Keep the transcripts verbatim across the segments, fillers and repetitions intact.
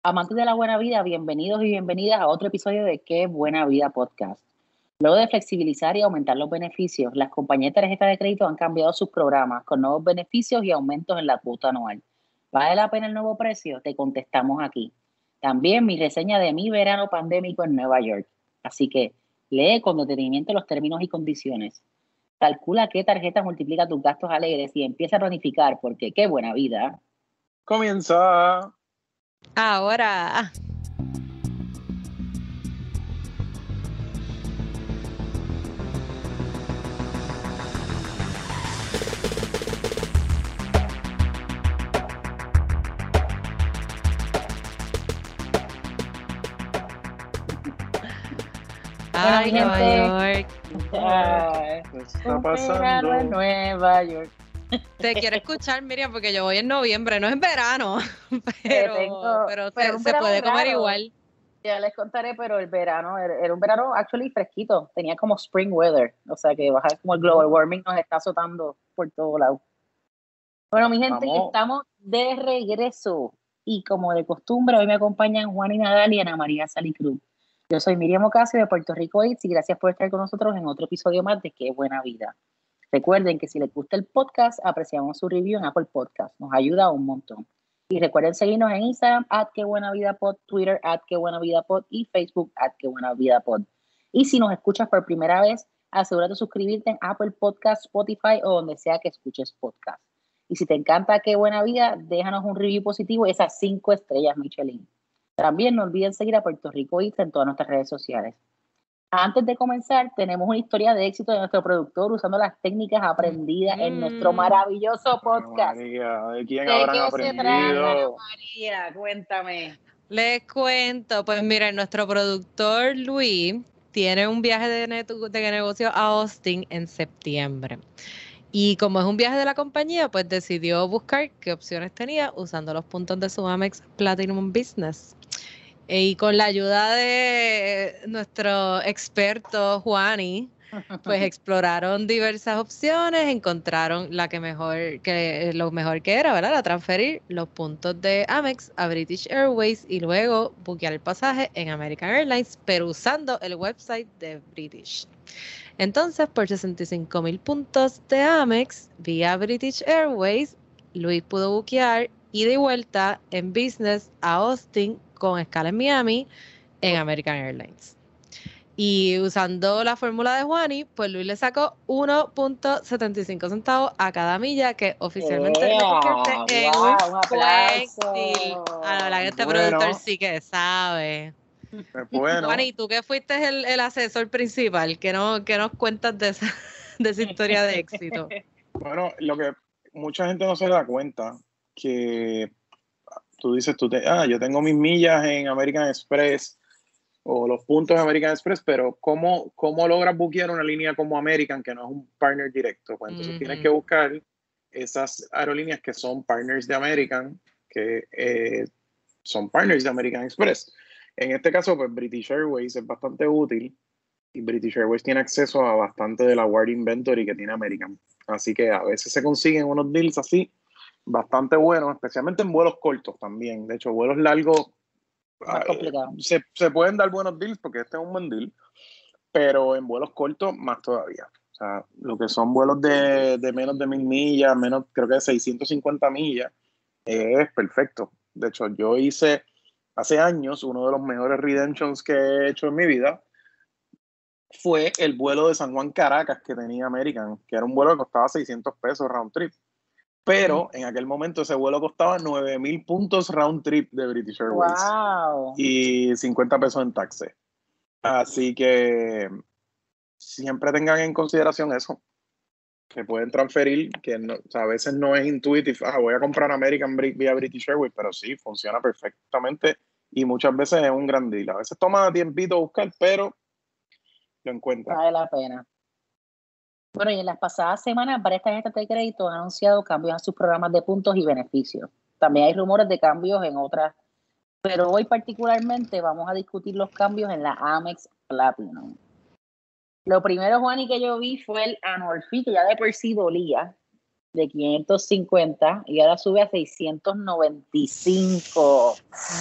Amantes de la buena vida, bienvenidos y bienvenidas a otro episodio de Qué Buena Vida Podcast. Luego de flexibilizar y aumentar los beneficios, las compañías de tarjeta de crédito han cambiado sus programas con nuevos beneficios y aumentos en la cuota anual. ¿Vale la pena el nuevo precio? Te contestamos aquí. También mi reseña de mi verano pandémico en Nueva York. Así que lee con detenimiento los términos y condiciones. Calcula qué tarjeta multiplica tus gastos alegres y empieza a planificar, porque qué buena vida. Comienza. Ahora. Ay, Bueno, Nueva gente. York. Ay, ¿Qué está un pasando? verano en Nueva York. Te quiero escuchar, Miriam, porque yo voy en noviembre, no es verano, Eh, pero, tengo- pero, pero se, un se verano puede comer raro. igual. Ya les contaré, pero el verano era, era un verano actually fresquito. Tenía como spring weather. O sea que baja como el global warming nos está azotando por todo lado. Bueno, mi gente, Vamos. estamos de regreso. Y como de costumbre, hoy me acompañan Juan y Nadal y Ana María Salicruz. Yo soy Miriam Ocasio de Puerto Rico Eats y gracias por estar con nosotros en otro episodio más de Qué Buena Vida. Recuerden que si les gusta el podcast, apreciamos su review en Apple Podcast. Nos ayuda un montón. Y recuerden seguirnos en Instagram, at que buena vida pod, Twitter, at que buena vida pod y Facebook, at que buena vida pod. Y si nos escuchas por primera vez, asegúrate de suscribirte en Apple Podcast, Spotify o donde sea que escuches podcast. Y si te encanta Qué Buena Vida, déjanos un review positivo y esas cinco estrellas Michelin. También no olviden seguir a Puerto Rico Eats en todas nuestras redes sociales. Antes de comenzar, tenemos una historia de éxito de nuestro productor usando las técnicas aprendidas en nuestro Mm. maravilloso Ay, podcast. María, ¿de quién ¿De habrán qué se trata, Ana aprendido? María? Cuéntame. Les cuento, pues miren, nuestro productor Luis tiene un viaje de, neto- de negocio a Austin en septiembre. Y como es un viaje de la compañía, pues decidió buscar qué opciones tenía usando los puntos de su Amex Platinum Business. Y con la ayuda de nuestro experto Juani, pues exploraron diversas opciones, encontraron la que mejor, que lo mejor que era, ¿verdad? La transferir los puntos de Amex a British Airways y luego buquear el pasaje en American Airlines, pero usando el website de British. Entonces, por sesenta y cinco mil puntos de Amex vía British Airways, Luis pudo buquear ida y vuelta en business a Austin con escala en Miami en American Airlines. Y usando la fórmula de Juani, pues Luis le sacó uno punto setenta y cinco centavos a cada milla, que oficialmente Yeah, lo convierte en wow, un un aplauso. buen deal. A la verdad que este Bueno. productor sí que sabe. Pues bueno, Juan, y tú que fuiste el, el asesor principal, ¿qué, no, qué nos cuentas de esa, de esa historia de éxito? bueno, lo que mucha gente no se da cuenta, que tú dices, tú te, ah, yo tengo mis millas en American Express o los puntos de American Express, pero ¿cómo, cómo logras buquear una línea como American que no es un partner directo? Pues entonces Ujú. tienes que buscar esas aerolíneas que son partners de American, que eh, son partners de American Express. En este caso, pues British Airways es bastante útil y British Airways tiene acceso a bastante de la Ward Inventory que tiene American. Así que a veces se consiguen unos deals así bastante buenos, especialmente en vuelos cortos también. De hecho, vuelos largos Más complicado. se, se pueden dar buenos deals porque este es un buen deal, pero en vuelos cortos más todavía. O sea, lo que son vuelos de, de menos de mil millas, menos creo que de seiscientos cincuenta millas, es perfecto. De hecho, yo hice hace años uno de los mejores redemptions que he hecho en mi vida. Fue el vuelo de San Juan Caracas que tenía American, que era un vuelo que costaba seiscientos pesos round trip. Pero en aquel momento ese vuelo costaba nueve mil puntos round trip de British Airways. Wow. Y cincuenta pesos en taxes. Así que siempre tengan en consideración eso, que pueden transferir, que no, o sea, a veces no es intuitive, ah, voy a comprar American vía British Airways, pero sí, funciona perfectamente y muchas veces es un gran deal. A veces toma tiempito buscar, pero lo encuentra. Vale la pena. Bueno, y en las pasadas semanas, varias tarjetas de crédito han anunciado cambios a sus programas de puntos y beneficios. También hay rumores de cambios en otras, pero hoy particularmente vamos a discutir los cambios en la Amex Platinum. Lo primero, Juan, y que yo vi fue el annual fee, que ya de por sí dolía. de quinientos cincuenta y ahora sube a seiscientos noventa y cinco.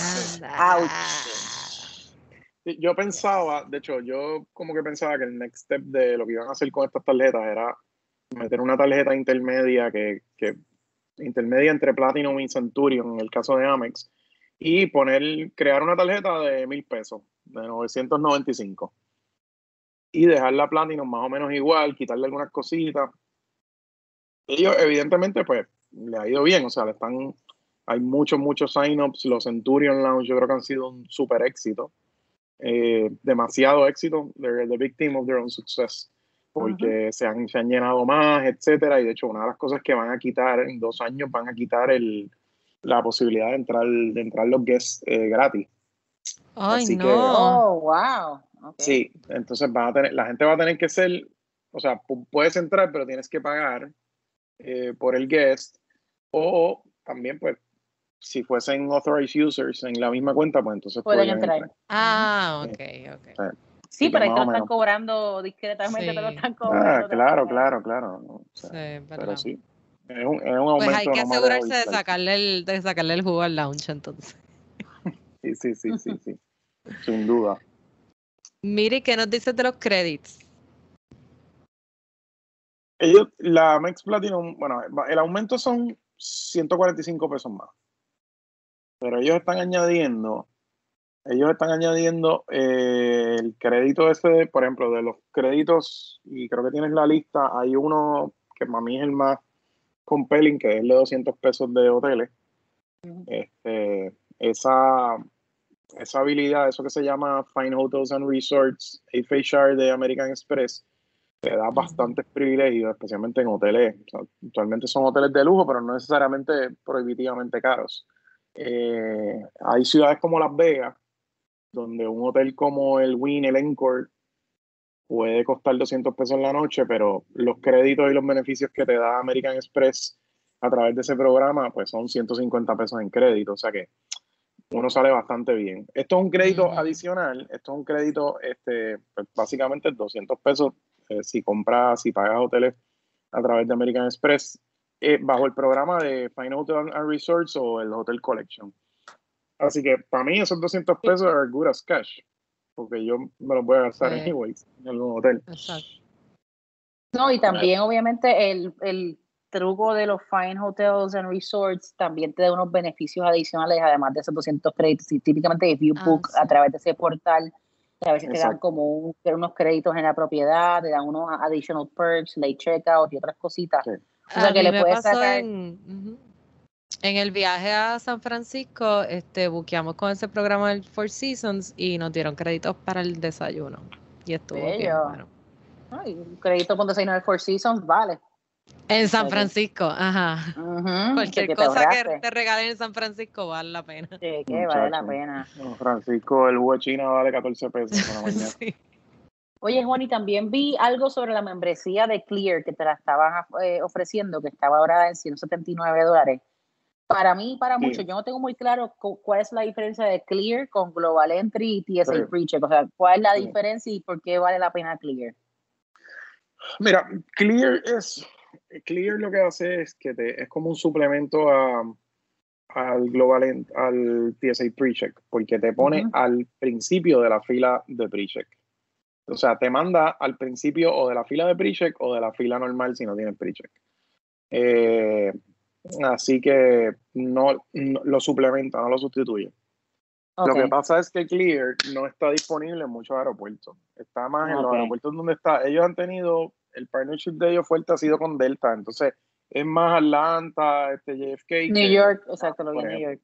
Ouch. Yo pensaba, de hecho, yo como que pensaba que el next step de lo que iban a hacer con estas tarjetas era meter una tarjeta intermedia que, que intermedia entre Platinum y Centurion en el caso de Amex y poner, crear una tarjeta de mil pesos, de novecientos noventa y cinco y dejar la Platinum más o menos igual, quitarle algunas cositas. Ellos evidentemente pues le ha ido bien, o sea, le están, hay muchos, muchos sign-ups, los Centurion Lounge yo creo que han sido un súper éxito. Eh, demasiado éxito, they're the victim of their own success, porque uh-huh. se, han, se han llenado más, etcétera, y de hecho una de las cosas que van a quitar en dos años van a quitar el, la posibilidad de entrar, de entrar los guests eh, gratis. Ay, Así no. que, oh, wow. Okay. Sí, entonces van a tener, la gente va a tener que ser, o sea, pu- puedes entrar, pero tienes que pagar eh, por el guest, o también pues si fuesen authorized users en la misma cuenta, pues entonces pueden podrían entrar. entrar. Ah, ok, ok. O sea, sí, pero ahí más te o lo están menos. cobrando discretamente, Sí. te lo están cobrando. Ah, claro, claro, claro. O sea, Sí, pero verdad. sí, es un, es un aumento. Pues hay que no me asegurarse dejo de sacarle el, de sacarle el jugo al lounge entonces. Sí, sí, sí, sí, sí. Sin duda. Mire, ¿qué nos dices de los credits? Ellos, la Amex Platinum, bueno, el aumento son ciento cuarenta y cinco pesos más. Pero ellos están añadiendo, ellos están añadiendo eh, el crédito ese, de, por ejemplo, de los créditos, y creo que tienes la lista, hay uno que para mí es el más compelling, que es el de doscientos pesos de hoteles. Uh-huh. Este, esa, esa habilidad, eso que se llama Fine Hotels and Resorts, F H R de American Express, te da bastantes uh-huh. privilegios, especialmente en hoteles. O sea, actualmente son hoteles de lujo, pero no necesariamente prohibitivamente caros. Eh, hay ciudades como Las Vegas, donde un hotel como el Wynn, el Encore, puede costar doscientos pesos en la noche, pero los créditos y los beneficios que te da American Express a través de ese programa, pues son ciento cincuenta pesos en crédito, o sea que uno sale bastante bien. Esto es un crédito uh-huh. adicional, esto es un crédito, este, pues básicamente doscientos pesos eh, si compras, si pagas hoteles a través de American Express, eh, bajo el programa de Fine Hotel and Resorts o el Hotel Collection. Así que para mí esos doscientos pesos are good as cash, porque yo me los voy a gastar sí. anyways en algún hotel. Exacto. No, y también eh. obviamente el, el truco de los Fine Hotels and Resorts también te da unos beneficios adicionales, además de esos doscientos créditos. Y típicamente if you book ah, sí. a través de ese portal, a veces Exacto. te dan como un, unos créditos en la propiedad, te dan unos additional perks, late checkout y otras cositas. Sí. O sea a que mí le me puedes pasó sacar... en, uh-huh. en el viaje a San Francisco, este, buqueamos con ese programa del Four Seasons y nos dieron créditos para el desayuno. Y estuvo Bello. bien bueno. Ay, un crédito con desayuno del Four Seasons, vale. En San Francisco, ajá. Uh-huh, Cualquier que cosa que te regalen en San Francisco vale la pena. Sí, que vale la pena. San Francisco, el jugo de China vale catorce pesos por la mañana. Sí. Oye, Juan, y también vi algo sobre la membresía de Clear que te la estaban eh, ofreciendo, que estaba ahora en ciento setenta y nueve dólares. Para mí, para sí. muchos, yo no tengo muy claro cuál es la diferencia de Clear con Global Entry y T S A sí. PreCheck. O sea, ¿cuál es la sí. diferencia y por qué vale la pena Clear? Mira, Clear es Clear lo que hace es que te, es como un suplemento a, al Global al T S A PreCheck, porque te pone uh-huh. al principio de la fila de PreCheck. O sea, te manda al principio o de la fila de PreCheck o de la fila normal si no tienes PreCheck. Eh, así que no, no lo suplementa, no lo sustituye. Okay. Lo que pasa es que Clear no está disponible en muchos aeropuertos. Está más okay. en los aeropuertos donde está. Ellos han tenido, el partnership de ellos fuerte ha sido con Delta, entonces es más Atlanta, este J F K. New que, York, exacto, lo vi en New York.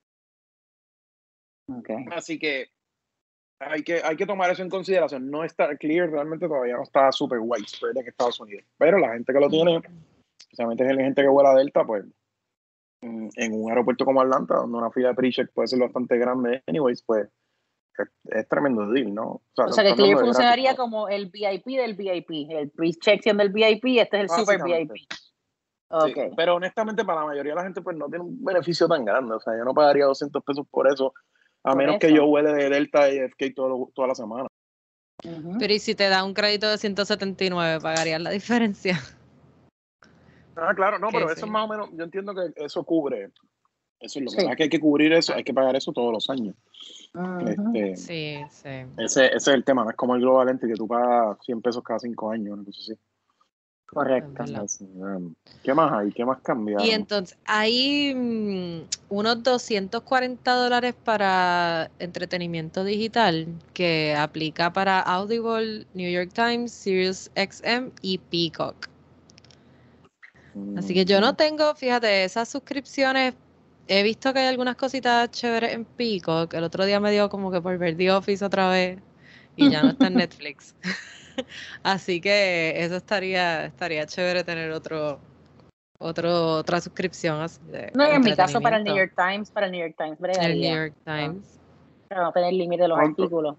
Uh-huh. Okay. Así que hay que hay que tomar eso en consideración. No está Clear, realmente todavía no está super widespread en Estados Unidos. Pero la gente que lo tiene, especialmente la gente que vuela Delta, pues en un aeropuerto como Atlanta, donde una fila de PreCheck puede ser bastante grande, anyways, pues es, es tremendo deal, ¿no? O sea, o sea que Clear funcionaría gratis, ¿no? Como el V I P del V I P, el PreCheck siendo el V I P, este es el super V I P. Okay. Sí, pero honestamente para la mayoría de la gente pues no tiene un beneficio tan grande, o sea, yo no pagaría doscientos pesos por eso, a por menos eso. que yo huele de Delta y F K todo, toda la semana. Uh-huh. Pero ¿y si te da un crédito de ciento setenta y nueve, pagarías la diferencia? Ah, claro, no, que pero sí. eso es más o menos, yo entiendo que eso cubre, eso es lo que Sí. pasa, que hay que cubrir eso, hay que pagar eso todos los años. Ujú. Este, Sí, sí. ese, ese es el tema, no es como el Global Entry que tú pagas cien pesos cada cinco años, una cosa así. Correcto. Es verdad. Así, um, ¿qué más hay? ¿Qué más cambiaron? Y entonces hay mm, unos doscientos cuarenta dólares para entretenimiento digital que aplica para Audible, New York Times, Sirius X M y Peacock. Así que yo no tengo, fíjate, esas suscripciones. He visto que hay algunas cositas chéveres en Peacock. El otro día me dio como que por ver The Office otra vez y ya no está en Netflix. Así que eso estaría, estaría chévere tener otro, otro, otra suscripción así de No, y en mi caso para el New entretenimiento. York Times, para el New York Times El New bregaría. York Times. Para no tener límite de los ¿Cuánto? artículos.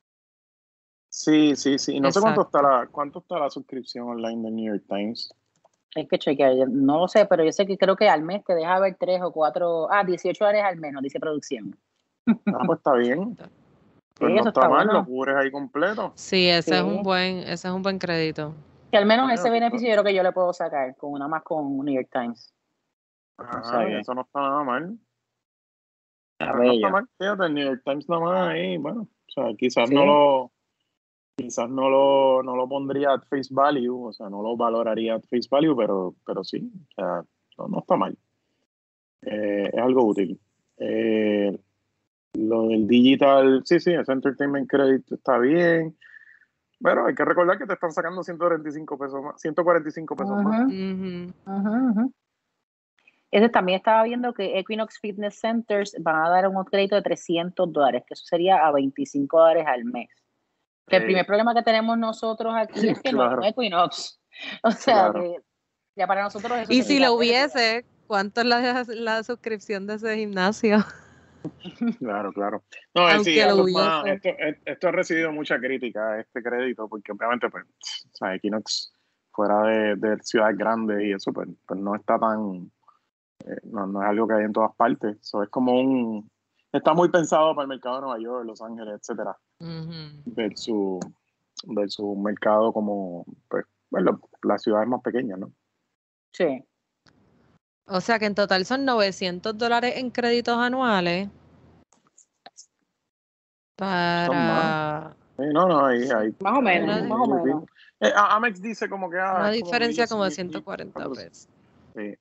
Sí, sí, sí. No sé cuánto está Exacto. la, cuánto está la suscripción online del New York Times. Hay que chequear, yo no lo sé, pero yo sé que creo que al mes te deja ver tres o cuatro, ah, dieciocho dólares al mes, nos dice producción. Ah, pues está bien. Pues Sí, no eso está está mal, lo bueno. cubres ahí completo. Sí, ese es un Sí, buen, ese es un buen crédito. que al menos Bueno, ese tú beneficio sabes. yo creo que yo le puedo sacar con una más con New York Times. O sea Ah, que, eso no está nada mal. está Pero no está bello. mal, fíjate, el New York Times nada más ahí, bueno, o sea, quizás Sí, no lo, quizás no lo, no lo pondría at face value, o sea, no lo valoraría at face value, pero, pero sí, o sea, no, no está mal. Eh, es algo útil. Eh, lo del digital, sí, sí, ese entertainment credit está bien, pero hay que recordar que te están sacando ciento cuarenta y cinco pesos más, ciento cuarenta y cinco pesos más. ujú, Ujú. ujú, ujú. Ese también estaba viendo que Equinox Fitness Centers van a dar un crédito de trescientos dólares, que eso sería a veinticinco dólares al mes. Que el primer Eh, problema que tenemos nosotros aquí es que no hay un claro, Equinox. O sea claro, que ya para nosotros eso Y si significa lo pérdida. hubiese, ¿cuánto es la, la suscripción de ese gimnasio? claro, claro. No, eh, sí, Aunque lo esto es más, hubiese. esto, eh, esto ha recibido mucha crítica, este crédito, porque obviamente, pues, o sea, Equinox fuera de, de ciudades grandes y eso, pues, pues no está tan, eh, no, no es algo que hay en todas partes. Eso es como un, está muy pensado para el mercado de Nueva York, Los Ángeles, etcétera, Ujú. versus, versus un mercado como, pues, bueno, las ciudades más pequeñas, ¿no? Sí. O sea que en total son novecientos dólares en créditos anuales Son más. para Sí, no, no, ahí, sí, ahí, Más o hay menos, una, más di- o mil y menos. pico. Eh, a- Amex dice como que ah, una es como mil, diferencia como de mil, ciento mil cuarenta cuatrocientos. pesos. Sí.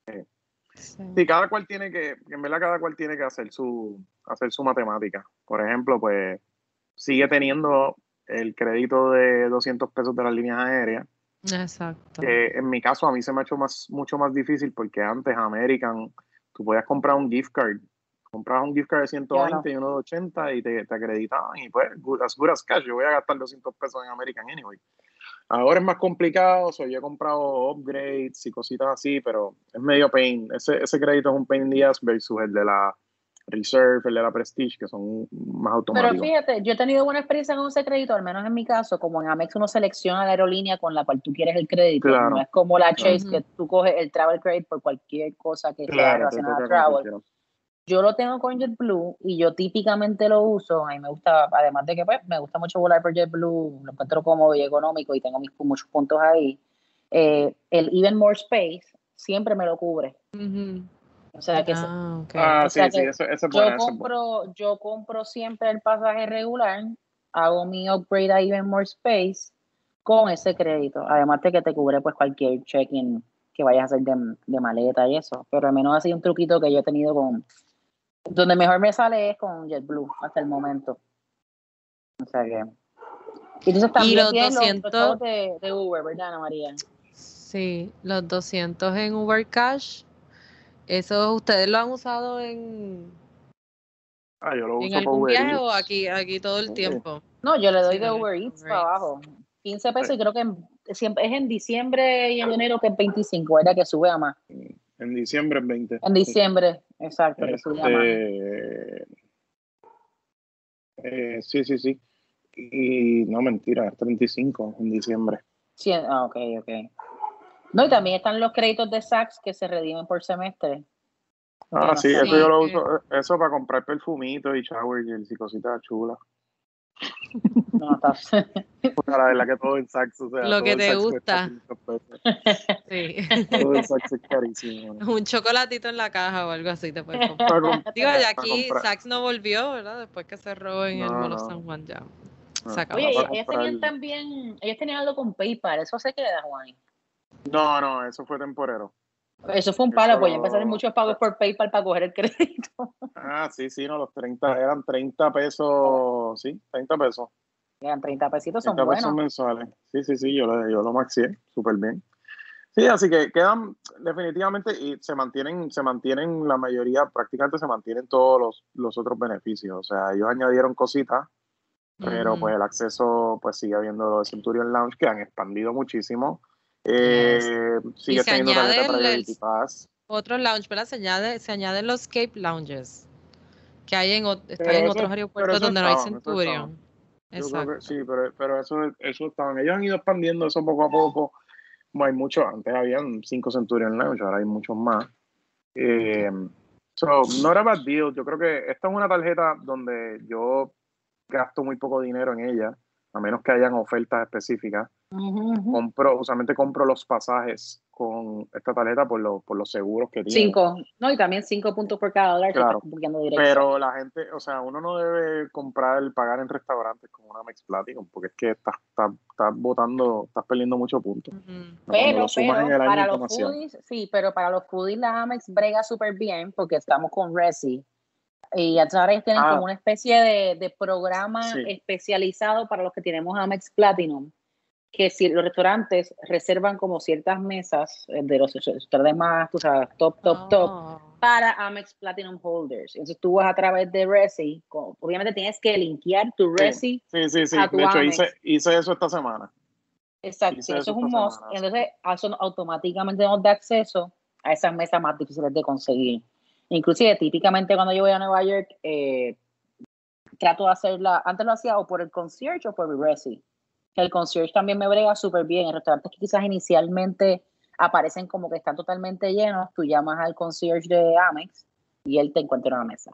Sí. Sí, cada cual tiene que, en verdad cada cual tiene que hacer su, hacer su matemática. Por ejemplo, pues sigue teniendo el crédito de doscientos pesos de las líneas aéreas, Exacto. que en mi caso a mí se me ha hecho más, mucho más difícil porque antes American, tú podías comprar un gift card, comprabas un gift card de ciento Ya veinte no. y uno de ochenta y te, te acreditaban y pues, good, as good as cash, yo voy a gastar doscientos pesos en American anyway. Ahora es más complicado, so yo he comprado upgrades y cositas así, pero es medio pain. Ese, ese crédito es un pain in the ass versus el de la Reserve, el de la Prestige, que son más Pero automáticos. fíjate, yo he tenido buena experiencia con ese crédito, al menos en mi caso, como en Amex uno selecciona la aerolínea con la cual tú quieres el crédito, no Claro, es como la claro, Chase Ujú. que tú coges el travel credit por cualquier cosa que sea claro, te relacionada a toca con travel. cualquiera. Yo lo tengo con JetBlue y yo típicamente lo uso, a mí me gusta, además de que pues, me gusta mucho volar por JetBlue, lo encuentro cómodo y económico y tengo mis, muchos puntos ahí. Eh, el Even More Space siempre me lo cubre. Ujú. O sea que, Ah, ok. Ah, o sea sí, sí, que ese, ese es yo bueno, ese es bueno. compro, yo compro siempre el pasaje regular, hago mi upgrade a Even More Space con ese crédito. Además de que te cubre pues cualquier check-in que vayas a hacer de, de maleta y eso. Pero al menos ha sido un truquito que yo he tenido con, donde mejor me sale es con JetBlue hasta el momento. O sea que. Y entonces Y también los tienen los, los doscientos, chavos de, de Uber, ¿verdad, Ana María? sí, los doscientos en Uber Cash, ¿eso ustedes lo han usado en, Ah, yo lo en uso para algún Uber viaje o Eats. aquí, aquí todo el Sí, tiempo? No, yo le doy Sí, de ¿verdad? Uber Eats Uber para Eats. abajo. quince pesos y sí. creo que en, siempre, es en diciembre y en enero que es veinticinco, ¿verdad? Que sube a más. En diciembre es veinte. En Sí. diciembre, exacto, que sube a más. Este, eh, sí, sí, sí. Y no, mentira, es treinta y cinco en diciembre. Sí, ah, ok, ok. No, y también están los créditos de Saks que se redimen por semestre, que Ah, no sí, está eso yo Sí, mal. lo que uso, eso para comprar perfumitos y shower gels y cositas chulas. No, está. La verdad que todo en Saks, o sea, Lo todo que en te Saks gusta. cuesta quinientos pesos. Sí. Todo en Saks es carísimo. ¿No? Un chocolatito en la caja o algo así te puedes comprar. Para comp- Digo, ya para aquí comprar. Saks no volvió, ¿verdad? Después que cerró en el No, Mall of no. San Juan ya. no. Se acabó. Oye, para ellos comprar. tenían también, ellos tenían algo con PayPal, eso se queda, Juan. No, no, eso fue temporero. Eso fue un palo, Eso- pues ya empezaron muchos pagos por PayPal para coger el crédito. Ah, sí, sí, no, los treinta eran treinta pesos, sí, treinta pesos. Eran treinta pesitos, son treinta pesos buenos. mensuales. Sí, sí, sí, yo lo, yo lo maxié súper bien. Sí, así que quedan definitivamente y se mantienen, se mantienen la mayoría, prácticamente se mantienen todos los, los otros beneficios. O sea, ellos añadieron cositas, pero Ujú. pues el acceso pues sigue habiendo lo de Centurion Lounge, que han expandido muchísimo. Eh, Yes. Y Sigues se teniendo tarjeta añade el, el Priority Pass. otro lounge, ¿verdad? Se añade, se añaden los Cape Lounges que hay en, ot- están Pero en eso, otros pero aeropuertos eso donde no hay estaban, eso estaban. Centurion. Yo creo que Exacto. sí, pero, pero eso, eso estaban. Ellos han ido expandiendo eso poco a poco. Bueno, hay muchos, antes habían cinco Centurion Lounge, ahora hay muchos más. Eh, so, no era bad deal. Yo creo que esta es una tarjeta donde yo gasto muy poco dinero en ella, a menos que hayan ofertas específicas. Ujú, ujú. Compro, usualmente compro los pasajes con esta tarjeta por, lo, por los seguros que tiene. Cinco, no, y también cinco puntos por cada dólar Claro, si estás buqueando directo. pero la gente, o sea, uno no debe comprar, pagar en restaurantes con una Amex Platinum, porque es que estás, estás, estás botando, estás perdiendo muchos puntos. Ujú. Cuando Pero, lo sumas en pero, el año para es los demasiado. foodies, sí, pero para los foodies la Amex brega súper bien porque estamos con Resi. Y ya sabes, tienen Ah, como una especie de, de programa sí, especializado para los que tenemos Amex Platinum, que si los restaurantes reservan como ciertas mesas eh, de los restaurantes más, tú sabes, top, top, top, Oh. para Amex Platinum holders. Entonces tú vas a través de Resi, con- obviamente tienes que linkear tu sí, Resi sí, sí, sí. a tu De hecho, Amex. hice, hice eso esta semana. Exacto, Hice eso eso es esta un must. semana. Entonces, eso automáticamente nos da acceso a esas mesas más difíciles de conseguir. Inclusive, típicamente cuando yo voy a Nueva York, eh, trato de hacerla, antes lo hacía o por el concierge o por el Resi. El concierge también me brega súper bien. En restaurantes que quizás inicialmente aparecen como que están totalmente llenos, tú llamas al concierge de Amex y él te encuentra una mesa.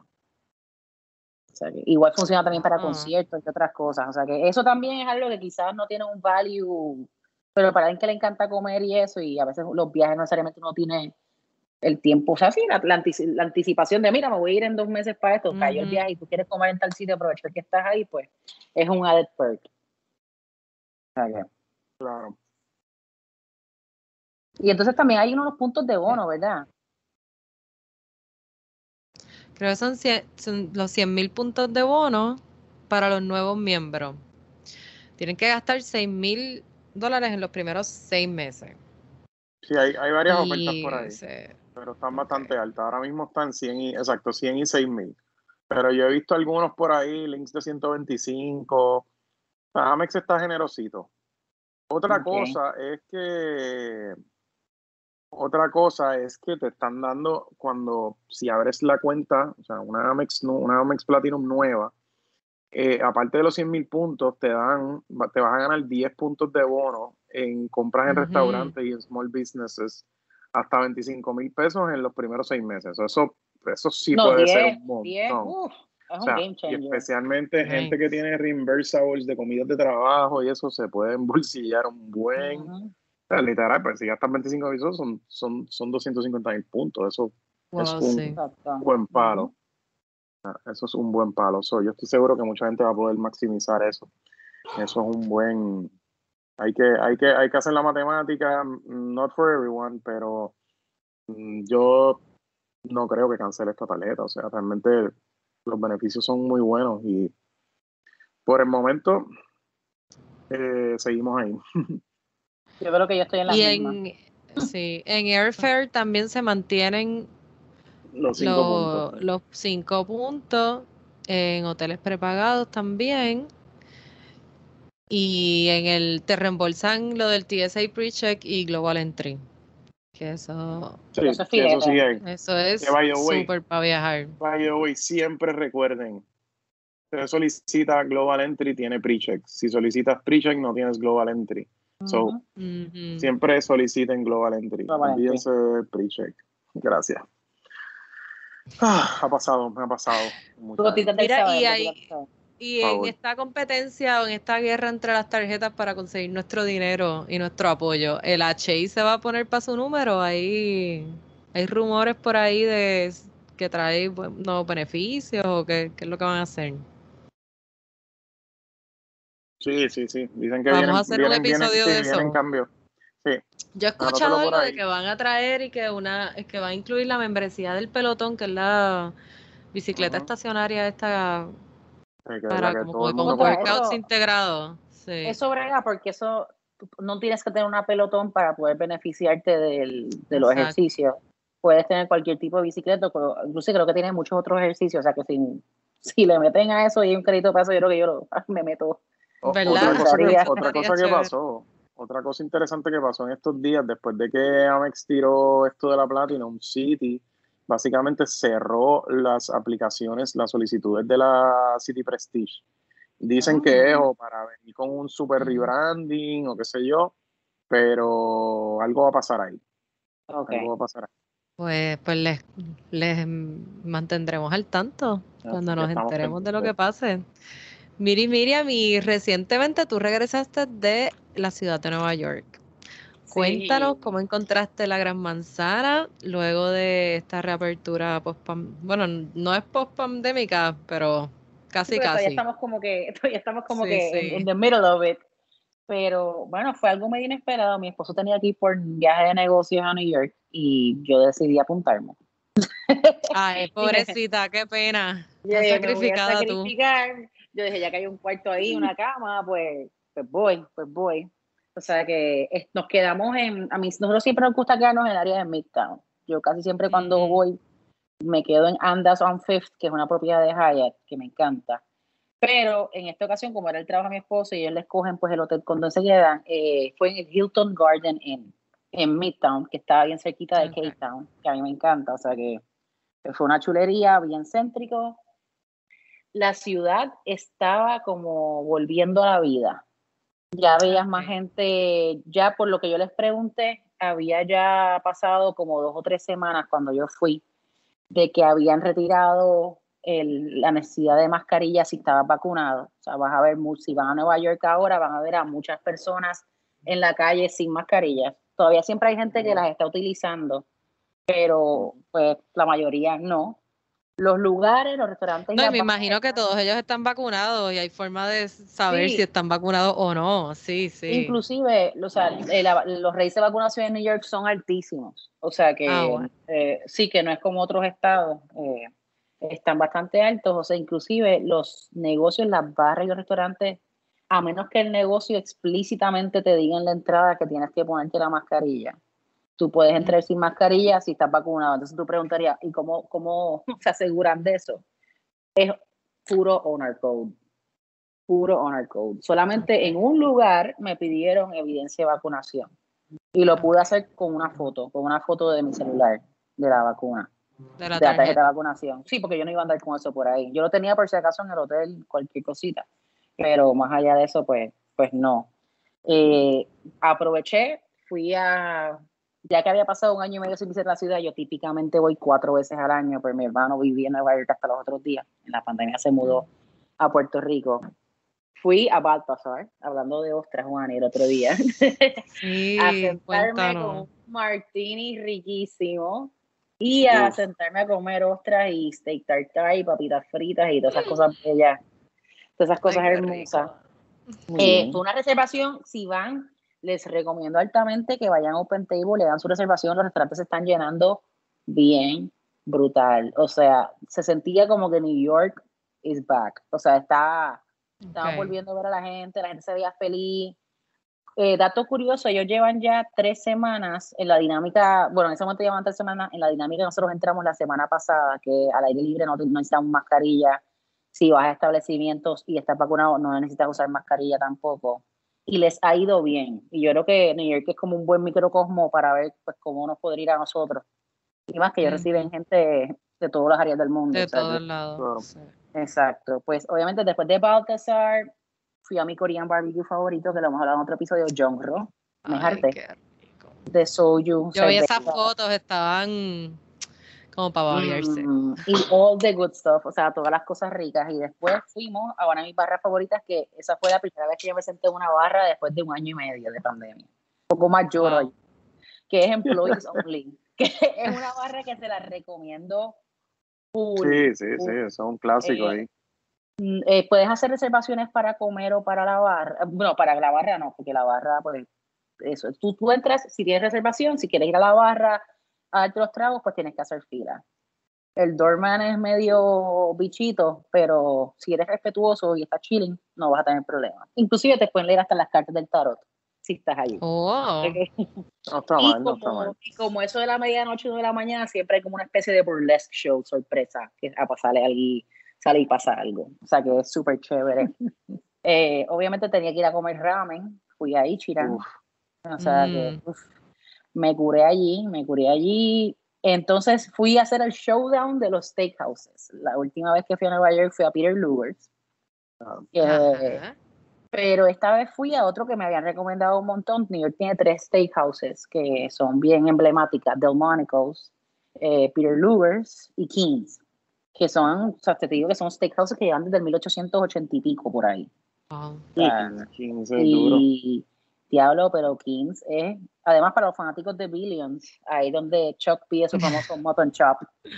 O sea, que igual funciona también para Ah. conciertos y otras cosas. O sea que eso también es algo que quizás no tiene un value, pero para alguien que le encanta comer y eso, y a veces los viajes no necesariamente uno tiene el tiempo, o sea, sí, la, la, antici- la anticipación de, mira, me voy a ir en dos meses para esto, cayó el Ujú. viaje y tú quieres comer en tal sitio, aprovechar que estás ahí, pues es un added perk. O sea que- Claro. Y entonces también hay unos puntos de bono, ¿verdad? Creo que son, cien- son los cien mil puntos de bono para los nuevos miembros. Tienen que gastar seis mil dólares en los primeros seis meses. Sí, hay, hay varias Y ofertas por ahí, se- pero están ok. bastante altas. Ahora mismo están cien y, exacto, cien y seis mil. Pero yo he visto algunos por ahí, links de ciento veinticinco. O sea, Amex está generosito. Otra Ok. cosa es que Otra cosa es que te están dando cuando, si abres la cuenta, o sea, una Amex, nu- una Amex Platinum nueva, eh, aparte de los cien mil puntos, te dan, va- te vas a ganar diez puntos de bono en compras en Ujú. restaurantes y en small businesses, hasta veinticinco mil pesos en los primeros seis meses. Eso, eso sí No, puede ser diez, un diez, montón. uff, es O un sea, game y changer. especialmente gente que Nice. tiene reimbursables de comidas de trabajo y eso se puede embolsillar un buen. Ujú. O sea, literal, pues si gastas veinticinco pesos son, son, son doscientos cincuenta mil puntos. Eso es Wow, un sí. Exacto. buen palo. Ujú. Eso es un buen palo. So, yo estoy seguro que mucha gente va a poder maximizar eso. Eso es un buen. Hay que, hay que, hay que hacer la matemática, mm, not for everyone, pero mm, yo no creo que cancele esta tarjeta. O sea, realmente los beneficios son muy buenos y por el momento eh, seguimos ahí. Yo creo que yo estoy en las Y mismas. en, sí, en Airfare también se mantienen Los cinco lo- puntos. los cinco puntos, en hoteles prepagados también. Y en el te reembolsan lo del T S A PreCheck y Global Entry. Que eso, Sí, Eso es sí, eso filete. sigue ahí. eso Que es by the way, súper para viajar. by the way, siempre recuerden, si solicitas Global Entry, tiene PreCheck. Si solicitas PreCheck, no tienes Global Entry. So, Ujú. Ujú. siempre soliciten Global Entry. Global Entry. Olvídense de PreCheck. Gracias. Ah, ha pasado, me ha pasado. mucha Gotitas gente. del Mira, saber, y gotitas hay, del saber. Y en esta competencia o en esta guerra entre las tarjetas para conseguir nuestro dinero y nuestro apoyo, ¿el H I se va a poner para su número? Hay, hay rumores por ahí de que trae nuevos beneficios o qué, qué es lo que van a hacer. Sí, sí, sí. Dicen que Vamos vienen, a hacer vienen, un episodio vienen, sí, de eso. vienen cambios. Sí. Yo he escuchado algo de que van a traer y que una que va a incluir la membresía del pelotón, que es la bicicleta uh-huh. estacionaria esta sí, que para que como, todo como workouts integrados. Sí. Eso brega porque eso no tienes que tener una pelotón para poder beneficiarte del, de los Exacto. ejercicios. Puedes tener cualquier tipo de bicicleta, pero incluso creo que tiene muchos otros ejercicios, o sea que si, si le meten a eso y hay un crédito para eso, yo creo que yo lo, me meto. ¿Verdad? Otra cosa, que, otra cosa que pasó, otra cosa interesante que pasó en estos días, después de que Amex tiró esto de la Platinum City, básicamente cerró las aplicaciones, las solicitudes de la City Prestige. Dicen oh. que es o para venir con un super rebranding o qué sé yo, pero algo va a pasar ahí. Okay. Algo va a pasar ahí. Pues, pues les, les mantendremos al tanto no, cuando nos enteremos pendientes. de lo que pase. Miri, Miriam, y recientemente tú regresaste de la ciudad de Nueva York. Sí. Cuéntanos cómo encontraste la Gran Manzana luego de esta reapertura post bueno, no es post pandémica, pero casi sí, pero casi. Todavía estamos como que, todavía estamos como sí, que sí. En, en the middle of it. Pero bueno, fue algo medio inesperado. Mi esposo tenía que ir por viaje de negocios a New York y yo decidí apuntarme. Ay, pobrecita, qué pena. Yo dije, me voy a sacrificar. Tú. Yo dije, ya que hay un cuarto ahí, una cama, pues, pues voy, pues voy. O sea que es, nos quedamos en, a mí, nosotros siempre nos gusta quedarnos en el área de Midtown. Yo casi siempre cuando mm-hmm. voy me quedo en Andaz on Fifth, que es una propiedad de Hyatt, que me encanta. Pero en esta ocasión, como era el trabajo de mi esposo y ellos le escogen pues el hotel donde se quedan, eh, fue en el Hilton Garden Inn, en Midtown, que estaba bien cerquita de okay. K-Town, que a mí me encanta. O sea que fue una chulería, bien céntrico. La ciudad estaba como volviendo a la vida. Ya veías okay. más gente, ya por lo que yo les pregunté, había ya pasado como dos o tres semanas cuando yo fui, de que habían retirado el, la necesidad de mascarilla si estabas vacunado. O sea, vas a ver, si van a Nueva York ahora, van a ver a muchas personas en la calle sin mascarillas. Todavía siempre hay gente que las está utilizando, pero pues la mayoría no. Los lugares, los restaurantes... No, y me imagino que todos ellos están vacunados y hay forma de saber sí. si están vacunados o no. Sí, sí. Inclusive, o sea, el, los raíces de vacunación en New York son altísimos. O sea que ah, bueno. eh, sí, que no es como otros estados. Eh, están bastante altos. O sea, inclusive los negocios, las barras y los restaurantes, a menos que el negocio explícitamente te diga en la entrada que tienes que ponerte la mascarilla, tú puedes entrar sin mascarilla si estás vacunado. Entonces tú preguntarías, ¿y cómo, cómo se aseguran de eso? Es puro honor code. Puro honor code. Solamente okay. en un lugar me pidieron evidencia de vacunación. Y lo pude hacer con una foto, con una foto de mi celular, de la vacuna. De la, de la tarjeta de vacunación. Sí, porque yo no iba a andar con eso por ahí. Yo lo tenía por si acaso en el hotel, cualquier cosita. Pero más allá de eso, pues, pues no. Eh, aproveché, fui a... Ya que había pasado un año y medio sin visitar la ciudad, yo típicamente voy cuatro veces al año, pero mi hermano vivía en Nueva York hasta los otros días. En la pandemia se mudó a Puerto Rico. Fui a Balthazar, hablando de ostras, Juan, el otro día. Sí, a sentarme cuéntanos. con un martini riquísimo y a Uf. sentarme a comer ostras y steak tartare y papitas fritas y todas esas cosas bellas, todas esas cosas Ay, hermosas. Eh, fue una reservación, si van, les recomiendo altamente que vayan a Open Table, le dan su reservación, los restaurantes se están llenando bien brutal. O sea, se sentía como que New York is back. O sea, está... Estaban okay. volviendo a ver a la gente, la gente se veía feliz. Eh, dato curioso, ellos llevan ya tres semanas en la dinámica, bueno, en ese momento llevan tres semanas, en la dinámica nosotros entramos la semana pasada, que al aire libre no, no necesitamos mascarilla. Si vas a establecimientos y estás vacunado, no necesitas usar mascarilla tampoco. Y les ha ido bien. Y yo creo que New York es como un buen microcosmo para ver pues cómo nos podría ir a nosotros. Y más que ellos mm-hmm. reciben gente de todas las áreas del mundo. De o sea, todos que, lados. Sí. Exacto. Pues obviamente después de Balthazar, fui a mi Korean barbecue favorito, que lo hemos hablado en otro episodio, Jongro. Me Ay, harté. qué rico. De soju. Yo vi esas fotos, estaban como para babearse. Mm, y all the good stuff, o sea, todas las cosas ricas. Y después fuimos a una de mis barras favoritas, que esa fue la primera vez que yo me senté en una barra después de un año y medio de pandemia. Un poco más lloro Wow. allí, que es Employees Only, que es una barra que se la recomiendo full. Sí, sí, full. sí, eso es un clásico Eh, ahí. Eh, puedes hacer reservaciones para comer o para la barra. Bueno, para la barra no, porque la barra, pues, eso. Tú, tú entras, si tienes reservación, si quieres ir a la barra a darte los tragos, pues tienes que hacer fila. El doorman es medio bichito, pero si eres respetuoso y estás chilling, no vas a tener problemas. Inclusive te pueden leer hasta las cartas del tarot, si estás allí. Oh. No está y, mal, no está como, mal. y como eso de la medianoche o de la mañana, siempre hay como una especie de burlesque show sorpresa, que a pasarle alguien, sale y pasa algo. O sea que es súper chévere. eh, obviamente tenía que ir a comer ramen, fui a Ichiran. Uf. O sea Mm. que uf, me curé allí, me curé allí. Entonces fui a hacer el showdown de los steakhouses. La última vez que fui a Nueva York fui a Peter Luger's. Eh, Ajá. pero esta vez fui a otro que me habían recomendado un montón. New York tiene tres steakhouses que son bien emblemáticas: Delmonico's, eh, Peter Luger's y King's, que son, o sea, te digo que son steakhouses que llevan desde el mil ochocientos ochenta y pico por ahí. Wow. O sea, quince es duro. y diablo, pero King's es, además para los fanáticos de Billions, ahí donde Chuck pide su famoso mutton chop,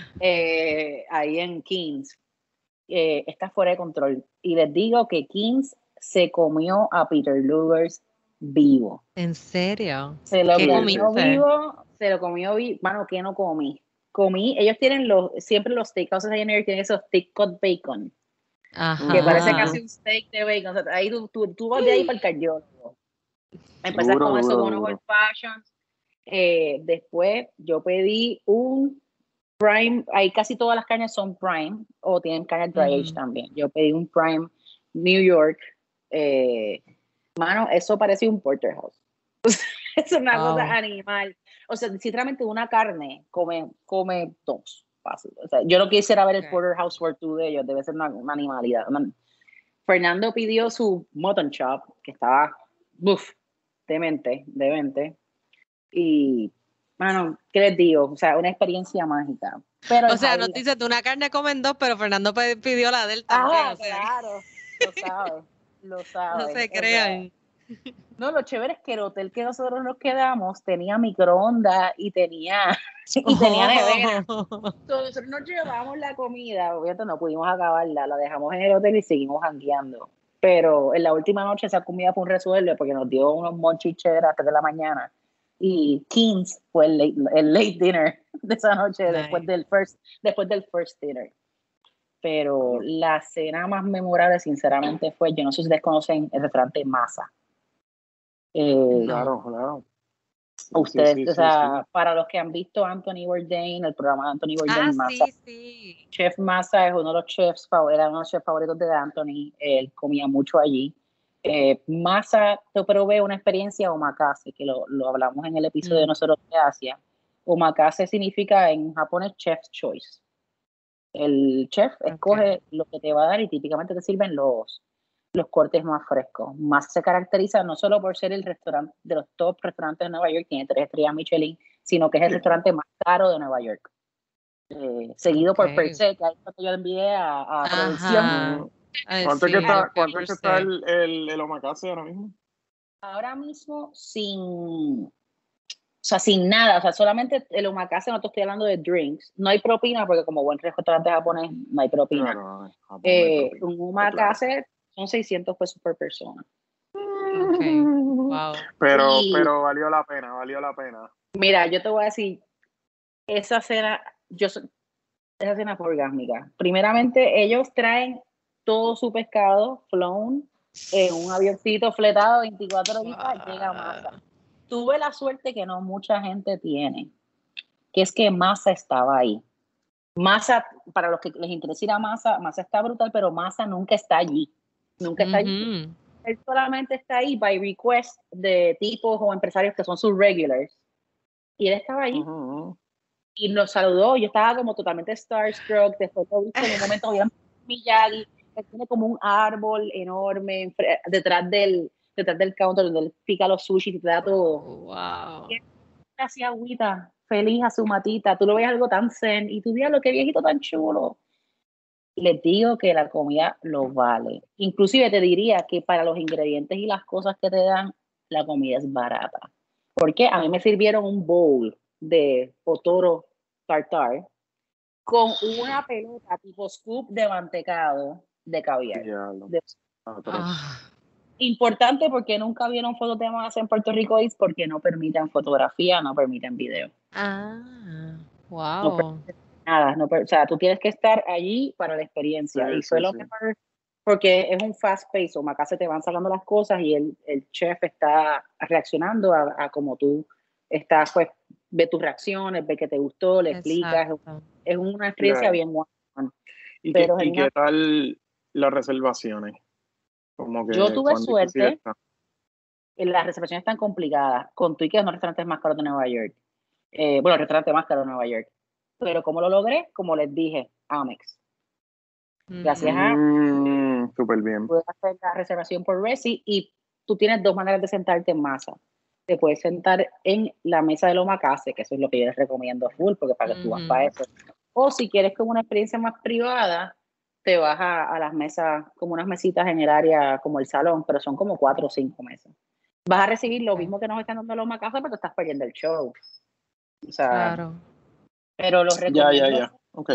eh, ahí en King's, eh, está fuera de control. Y les digo que King's se comió a Peter Luger's vivo. ¿En serio? Se lo ¿Qué comió comiste? vivo, se lo comió vivo. Mano, ¿qué no comí? Comí, ellos tienen los, siempre los steakhouses ahí en New York tienen esos thick cut bacon, Ajá. que parece casi un steak de bacon. O sea, ahí tú, tú, tú vas de ahí para el cardiólogo. Empezás Duro, con eso, duro, con unos duro. old fashions. Eh, después yo pedí un prime, ahí casi todas las carnes son prime, o tienen carne dry age Ujú. también. Yo pedí un prime New York. Eh, mano, eso parecía un porterhouse. Es una Wow. cosa animal. O sea, sinceramente, una carne come, come dos. Fácil. O sea, yo no quisiera ver el Okay. porterhouse for two de ellos, debe ser una, una animalidad. Una- Fernando pidió su mutton chop, que estaba, uff, demente, demente. Y, mano, ¿qué les digo? O sea, una experiencia mágica. Pero O el sea, no highlight- te dices, de una carne comen dos, pero Fernando pe- pidió la de él también. Ah, o sea, claro, lo sabes, lo sabes. no se O sea, crean. no, lo chévere es que el hotel que nosotros nos quedamos tenía microondas y tenía, y tenía nevera. Oh. Entonces, nosotros nos llevamos la comida, obviamente no pudimos acabarla, la dejamos en el hotel y seguimos jangueando. Pero en la última noche esa comida fue un resuelve porque nos dio unos monchis chéveres a las tres de la mañana. Y King's fue el late, el late dinner de esa noche, Nice. después del first, después del first dinner. Pero la cena más memorable, sinceramente, fue, yo no sé si ustedes conocen el restaurante Masa. Eh, Claro, claro. Sí, Ustedes, sí, o sí, sea, sí. para los que han visto Anthony Bourdain, el programa de Anthony Ah, Bourdain, Masa, sí, sí. Chef Masa es uno de los chefs, fav- era uno de los chefs favoritos de Anthony, él comía mucho allí. Eh, Masa te provee una experiencia omakase, que lo, lo hablamos en el episodio de Mm. nosotros de Asia. Omakase significa en japonés chef's choice. El chef escoge lo que te va a dar y típicamente te sirven los, los cortes más frescos. Más se caracteriza no solo por ser el restaurante de los top restaurantes de Nueva York, tiene tres estrellas Michelin, sino que es el restaurante más caro de Nueva York. Eh, seguido por Okay. Per Se, que ahí fue que yo envié a, a producción. Ajá. Ay, ¿Cuánto es sí, que está, el cuánto es que pepper está steak. el, el, el omakase ahora mismo? Ahora mismo sin, o sea, sin nada, o sea, solamente el omakase, no te estoy hablando de drinks, no hay propina porque como buen restaurante japonés no hay propina. Claro, no, Japón no hay Eh, propina. un omakase son seiscientos pesos por persona. Okay. Wow. Pero, Y pero valió la pena, valió la pena. mira, yo te voy a decir, esa cena, yo, so- esa cena fue orgásmica. Primeramente, ellos traen todo su pescado flown en un avioncito fletado veinticuatro horitas, llega a Masa. Wow. Tuve la suerte que no mucha gente tiene, que es que Masa estaba ahí. Masa, para los que les interesa ir a Masa, Masa está brutal, pero Masa nunca está allí. Nunca está allí. Ujú. Él solamente está ahí by request de tipos o empresarios que son sus regulars. Y él estaba ahí. Ujú, ujú. Y nos saludó. Yo estaba como totalmente starstruck. Después lo viste en un momento, había Miyagi. Él tiene como un árbol enorme enfre- detrás del, detrás del counter donde él pica los sushis y te da todo. Wow. Y él hacía agüita feliz a su matita, tú lo ves algo tan zen y tú diablo, qué viejito tan chulo. Les digo que la comida lo vale. Inclusive te diría que para los ingredientes y las cosas que te dan, la comida es barata. Porque a mí me sirvieron un bowl de potoro tartar con una pelota tipo scoop de mantecado de caviar. Diablo. De- Ah, Importante porque nunca vieron fotos de masa en Puerto Rico es porque no permiten fotografía, no permiten video. ah, No wow. permiten nada, no per- o sea, tú tienes que estar allí para la experiencia. Sí, y sí, fue lo sí. mejor porque es un fast pace, o acá se te van sacando las cosas y el, el chef está reaccionando a, a como tú estás, pues, ve tus reacciones, ve que te gustó, le explicas. Exacto. Es una experiencia Claro. bien buena. ¿Y, Pero qué, ¿Y qué genuina- tal las reservaciones? Como que yo tuve cuán difícil suerte, está. las reservaciones están complicadas, con tu y que es uno de los restaurantes más caros de Nueva York. Eh, bueno, el restaurante más caro de Nueva York. Pero ¿cómo lo logré? Como les dije, Amex. Gracias Ujú. a Mm, súper bien. puedes hacer la reservación por Resi y tú tienes dos maneras de sentarte en masa. Te puedes sentar en la mesa del omakase, que eso es lo que yo les recomiendo full, porque para que tú vas para Ujú. eso. O si quieres como una experiencia más privada, te vas a, a las mesas, como unas mesitas en el área, como el salón, pero son como cuatro o cinco mesas. Vas a recibir lo Ok. mismo que nos están dando el omakase, pero te estás perdiendo el show. O sea, Claro. pero los Ya, recomiendo, ya, ya. Ok.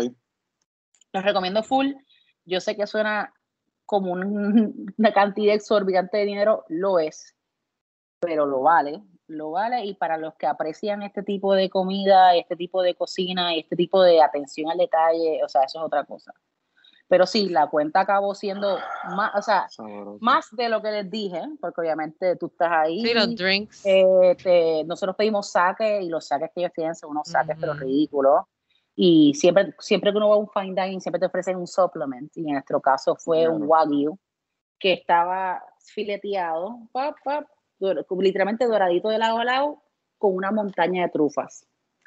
los recomiendo full. Yo sé que suena como un- una cantidad exorbitante de dinero, lo es, pero lo vale, lo vale. Y para los que aprecian este tipo de comida, este tipo de cocina y este tipo de atención al detalle, o sea, eso es otra cosa. Pero sí, la cuenta acabó siendo más, o sea, Sabroso. más de lo que les dije, porque obviamente tú estás ahí. Sí, los drinks. eh, te- nosotros pedimos saques y los saques que ellos tienen son unos saques, pero Ujú. ridículos. Y siempre, siempre que uno va a un fine dining, siempre te ofrecen un supplement. Y en nuestro caso fue un Claro. wagyu que estaba fileteado, pap, pap, dor- literalmente doradito de lado a lado, con una montaña de trufas.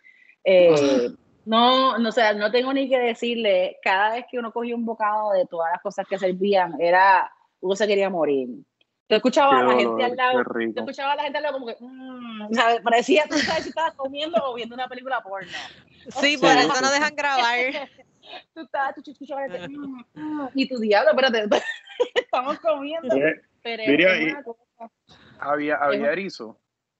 Eh, no, no, o sea, no tengo ni que decirle, cada vez que uno cogía un bocado de todas las cosas que servían, era, uno se quería morir. Yo escuchaba Qué a la gente al dolor, qué lado, yo rico. escuchaba a la gente al lado como que, mm, ¿sabes? Parecía, tú no sabes si estabas comiendo o viendo una película porno. Sí, Sí, por eso sí. no dejan grabar. Tú estabas, tú escuchabas, mm, mm, y tu diablo, espérate, estamos comiendo. Eh, Pero es, Diría, es y una cosa. había, Es había un- erizo.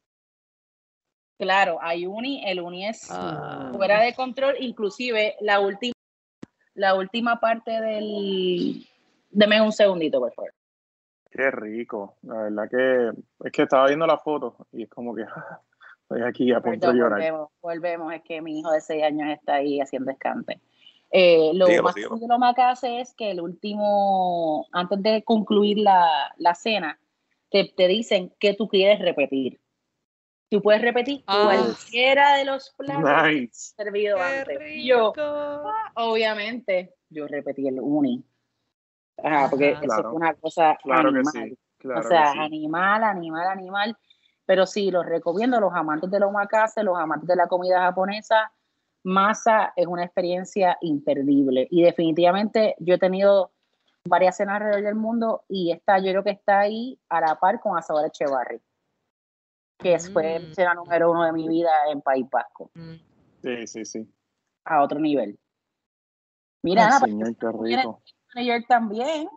claro, hay uni, el uni es Ah, fuera de control, inclusive la última, la última parte del. Deme un segundito, por favor. Qué rico. La verdad que es que estaba viendo la foto y es como que ah, estoy aquí a punto de Perdón, llorar. volvemos, volvemos, es que mi hijo de seis años está ahí haciendo escante. Eh, lo Dígalo, más dígalo. cool de lo más que hace es que el último, antes de concluir la, la cena, te, te dicen que tú quieres repetir. Tú puedes repetir ah, cualquiera de los platos que Nice. has servido qué antes. Y yo, rico. obviamente, yo repetí el uni. Ajá, porque Ajá. eso fue Claro, una cosa claro que animal. sí, O claro que sea, sí. animal, animal, animal. Pero sí, los recomiendo, los amantes de la omakase, los amantes de la comida japonesa. Masa es una experiencia imperdible. Y definitivamente yo he tenido varias cenas alrededor del mundo y esta yo creo que está ahí a la par con Asador Echevarri, que fue Mm, cena número uno de mi vida en País Vasco, mm. Sí, sí, sí. a otro nivel. Mira, Ay, Ana, pues señor, qué tú vienes rico. a New York también.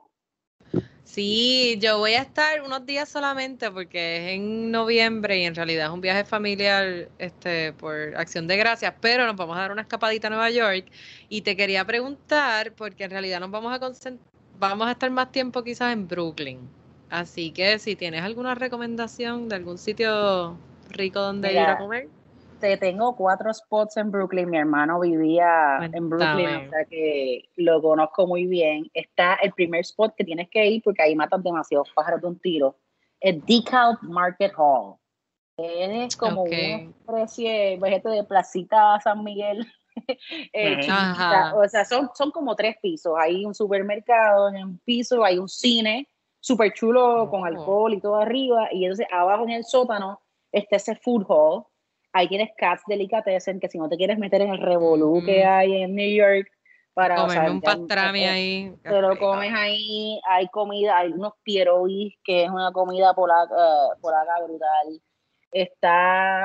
Sí, yo voy a estar unos días solamente porque es en noviembre y en realidad es un viaje familiar, este, por Acción de Gracias, pero nos vamos a dar una escapadita a Nueva York y te quería preguntar porque en realidad nos vamos a concent- vamos a estar más tiempo quizás en Brooklyn. Así que si tienes alguna recomendación de algún sitio rico donde ir a Mira, comer, te tengo cuatro spots en Brooklyn. Mi hermano vivía en Brooklyn, o cuéntame. sea que lo conozco muy bien. Está el primer spot que tienes que ir porque ahí matan demasiados pájaros de un tiro. Es DeKalb Market Hall. Es como Ok. una especie vejete de placita San Miguel eh, Ujú. chiquitita. Ajá. O sea, son, son como tres pisos. Hay un supermercado en un piso, hay un cine súper chulo con Oh. alcohol y todo arriba. Y entonces abajo en el sótano está ese food hall. Ahí tienes Cat's Delicatessen, que si no te quieres meter en el revolú que Mm, hay en New York, para, o sea, comerme un ya, pastrami eh, ahí. Qué te lo rico. comes ahí. Hay comida, hay unos pierogies, que es una comida polaca, eh, polaca brutal. Está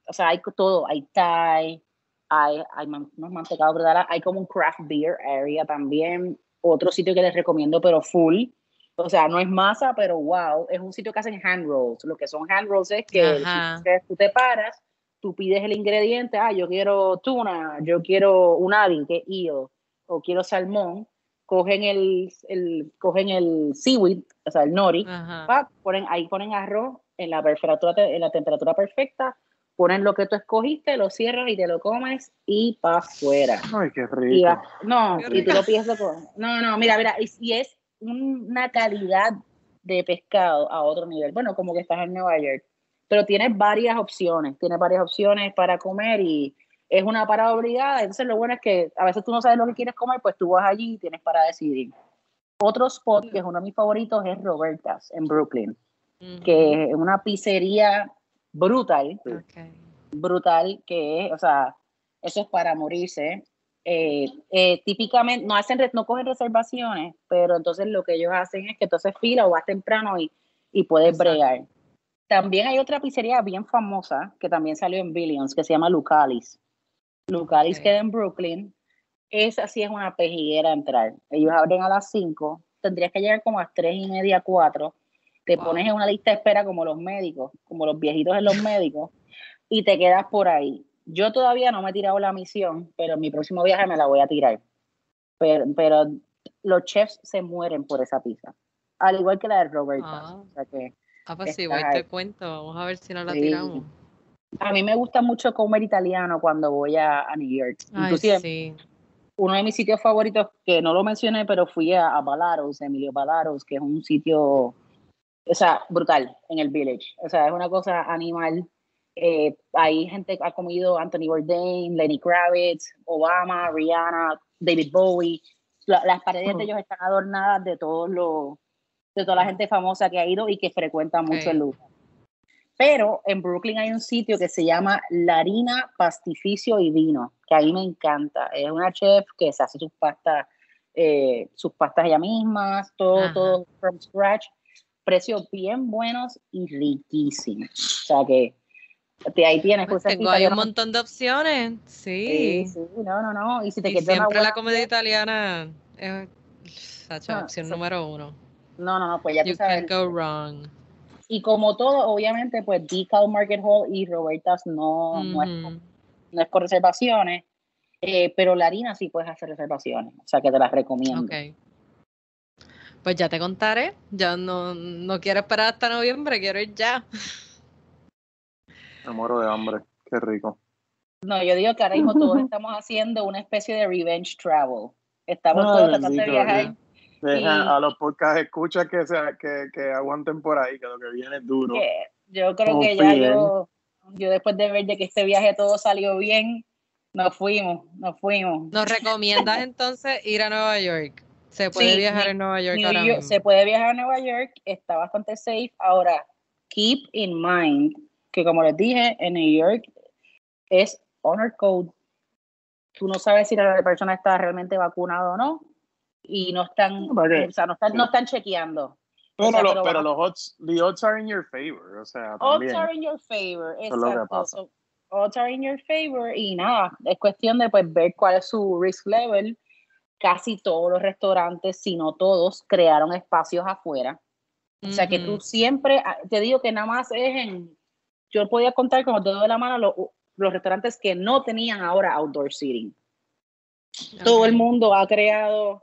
o sea, hay todo, hay Thai, hay, hay man, unos mantecados brutales, hay como un craft beer area también, otro sitio que les recomiendo, pero full, o sea, no es masa, pero wow, es un sitio que hacen hand rolls. Lo que son hand rolls es que si tú te paras, tú pides el ingrediente, ah, yo quiero tuna, yo quiero un adi, que es eel, o quiero salmón, cogen el, el, cogen el seaweed, o sea, el nori, pa, ponen, ahí ponen arroz en la, en la temperatura perfecta, ponen lo que tú escogiste, lo cierras y te lo comes y pa' afuera. Ay, qué rico. Y va, no, qué y rico. Tú lo pides con, no, no, mira, mira, y, y es una calidad de pescado a otro nivel. Bueno, como que estás en Nueva York, pero tienes varias opciones, tienes varias opciones para comer y es una parada obligada. Entonces lo bueno es que a veces tú no sabes lo que quieres comer, pues tú vas allí y tienes para decidir. Otro spot que es uno de mis favoritos es Roberta's en Brooklyn, uh-huh. que es una pizzería brutal, okay. brutal, que es, o sea, eso es para morirse. Eh, eh, típicamente no hacen, no cogen reservaciones, pero entonces lo que ellos hacen es que tú haces fila o vas temprano y, y puedes Exacto. bregar. También hay otra pizzería bien famosa que también salió en Billions, que se llama Lucalis. Lucalis okay. queda en Brooklyn. Esa sí es una pejiguera entrar. Ellos abren a las cinco, tendrías que llegar como a las tres y media, cuatro. Te wow. pones en una lista de espera como los médicos, como los viejitos en los médicos, y te quedas por ahí. Yo todavía no me he tirado la misión, pero en mi próximo viaje me la voy a tirar. Pero, pero los chefs se mueren por esa pizza. Al igual que la de Roberta. Ah, o sea que ah pues sí, voy te cuento. Vamos a ver si no la sí. tiramos. A mí me gusta mucho comer italiano cuando voy a, a New York. Ay, Inclusive, sí. uno de mis sitios favoritos, que no lo mencioné, pero fui a, a Ballaros, Emilio Ballaros, que es un sitio, o sea, brutal, en el Village. O sea, es una cosa animal. Eh, ahí gente ha comido Anthony Bourdain, Lenny Kravitz, Obama, Rihanna, David Bowie. La, las paredes oh. de ellos están adornadas de todos los, de toda la gente famosa que ha ido y que frecuenta mucho okay. el lugar. Pero en Brooklyn hay un sitio que se llama Larina Pastificio y Vino, que a mí me encanta. Es una chef que se hace sus pastas, eh, sus pastas ella misma, todo, Ajá. todo from scratch. Precios bien buenos y riquísimos. O sea que de ahí tienes pues tengo hay un montón de opciones, sí. Sí, sí, no, no, no. Y si te y siempre la comida italiana es la opción no, número uno. No, no, no, pues ya you tú sabes. You can't go wrong. Y como todo, obviamente, pues Decal Market Hall y Roberta's no, mm-hmm. no, es, no es por reservaciones, eh, pero la harina sí puedes hacer reservaciones, o sea que te las recomiendo. Okay. Pues ya te contaré, ya no, no quiero esperar hasta noviembre, quiero ir ya. Me muero de hambre, qué rico. No, yo digo que ahora mismo todos estamos haciendo una especie de revenge travel. Estamos Ay, todos tratando de viajar. Deja y... a los podcast escucha que, sea, que, que aguanten por ahí, que lo que viene es duro. Que yo creo Confíen. que ya yo, yo después de ver de que este viaje todo salió bien, nos fuimos, nos fuimos. ¿Nos recomiendas entonces ir a Nueva York? ¿Se puede sí, viajar en Nueva York New ahora York, mismo? Se puede viajar a Nueva York, está bastante safe. Ahora, keep in mind que como les dije, en New York es honor code. Tú no sabes si la persona está realmente vacunada o no y no están, vale. o sea, no están, sí. no están chequeando. Pero, o sea, lo, pero, pero los odds, the odds are in your favor, o sea, odds are in your favor, exacto. So, odds are in your favor y nada, es cuestión de pues ver cuál es su risk level. Casi todos los restaurantes, si no todos, crearon espacios afuera. O sea, mm-hmm. que tú siempre, te digo que nada más es en, yo podía contar con los dedos de la mano los, los restaurantes que no tenían ahora outdoor seating. Okay. Todo el mundo ha creado,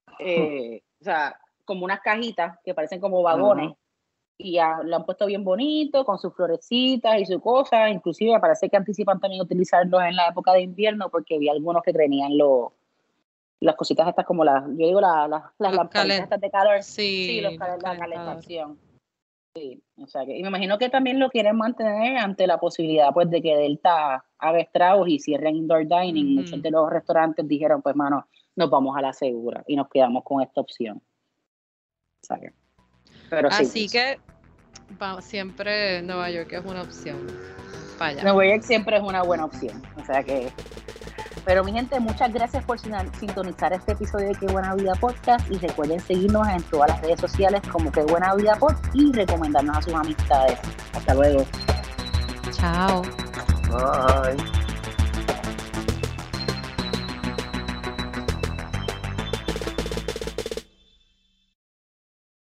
eh, o sea, como unas cajitas que parecen como vagones, uh-huh. y ya lo han puesto bien bonito, con sus florecitas y sus cosas. Inclusive parece que anticipan también utilizarlos en la época de invierno, porque vi algunos que tenían los las cositas estas como las, yo digo la, la, las lamparitas estas de calor, sí, sí los cal- la calefacción. Sí, o sea que, y me imagino que también lo quieren mantener ante la posibilidad pues de que Delta haga estragos y cierren indoor dining. Mm-hmm. Muchos de los restaurantes dijeron pues mano, nos vamos a la segura y nos quedamos con esta opción. O sea que, pero así sí, que va, siempre Nueva York es una opción. Vaya. Nueva York siempre es una buena opción. O sea que, pero mi gente, muchas gracias por sintonizar este episodio de Qué Buena Vida Podcast y recuerden seguirnos en todas las redes sociales como Qué Buena Vida Pod y recomendarnos a sus amistades. Hasta luego. Chao. Bye.